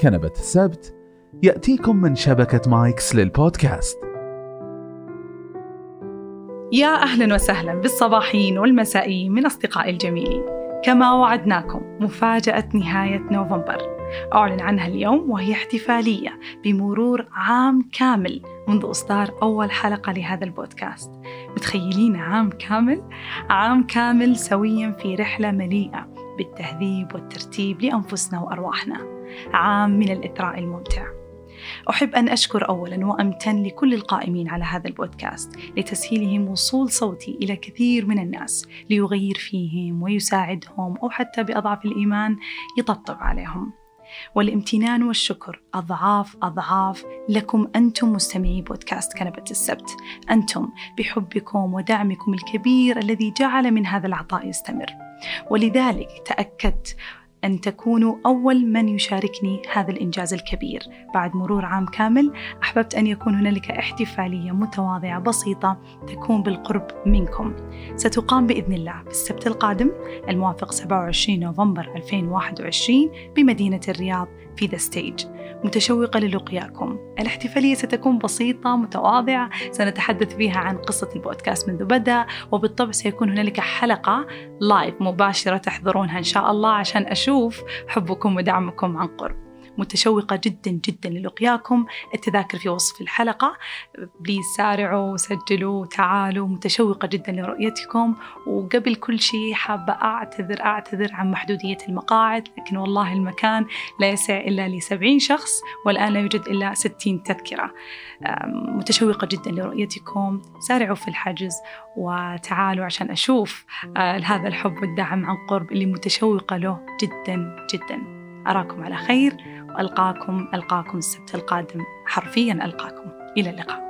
كنبة السبت يأتيكم من شبكة مايكس للبودكاست. يا أهلا وسهلا بالصباحين والمسائيين من أصدقائي الجميلين. كما وعدناكم مفاجأة نهاية نوفمبر أعلن عنها اليوم، وهي احتفالية بمرور عام كامل منذ إصدار أول حلقة لهذا البودكاست. متخيلين عام كامل سويا في رحلة مليئة بالتهذيب والترتيب لأنفسنا وأرواحنا، عام من الإثراء الممتع. أحب أن أشكر أولاً وأمتن لكل القائمين على هذا البودكاست لتسهيلهم وصول صوتي إلى كثير من الناس ليغير فيهم ويساعدهم، أو حتى بأضعف الإيمان يطبطب عليهم. والامتنان والشكر أضعاف لكم أنتم مستمعي بودكاست كنبة السبت، أنتم بحبكم ودعمكم الكبير الذي جعل من هذا العطاء يستمر. ولذلك تأكدت أن تكونوا أول من يشاركني هذا الإنجاز الكبير. بعد مرور عام كامل أحببت أن يكون هنالك احتفالية متواضعة بسيطة تكون بالقرب منكم، ستقام بإذن الله بالسبت القادم الموافق 27 نوفمبر 2021 بمدينة الرياض في ذا ستيج. متشوقة للقياكم. الاحتفالية ستكون بسيطة متواضعة، سنتحدث فيها عن قصة البودكاست منذ بدأ، وبالطبع سيكون هنالك حلقة لايف مباشرة تحضرونها إن شاء الله عشان أشوف حبكم ودعمكم عن قرب. متشوقة جدا للقياكم. التذاكر في وصف الحلقة، بليز سارعوا وسجلوا تعالوا. متشوقة جدا لرؤيتكم. وقبل كل شيء حابة أعتذر عن محدودية المقاعد، لكن والله المكان لا يسع إلا ل70 شخص، والآن لا يوجد إلا 60 تذكرة. متشوقة جدا لرؤيتكم. سارعوا في الحجز وتعالوا عشان أشوف هذا الحب والدعم عن قرب اللي متشوقة له جدا. أراكم على خير، وألقاكم السبت القادم. حرفيا ألقاكم. إلى اللقاء.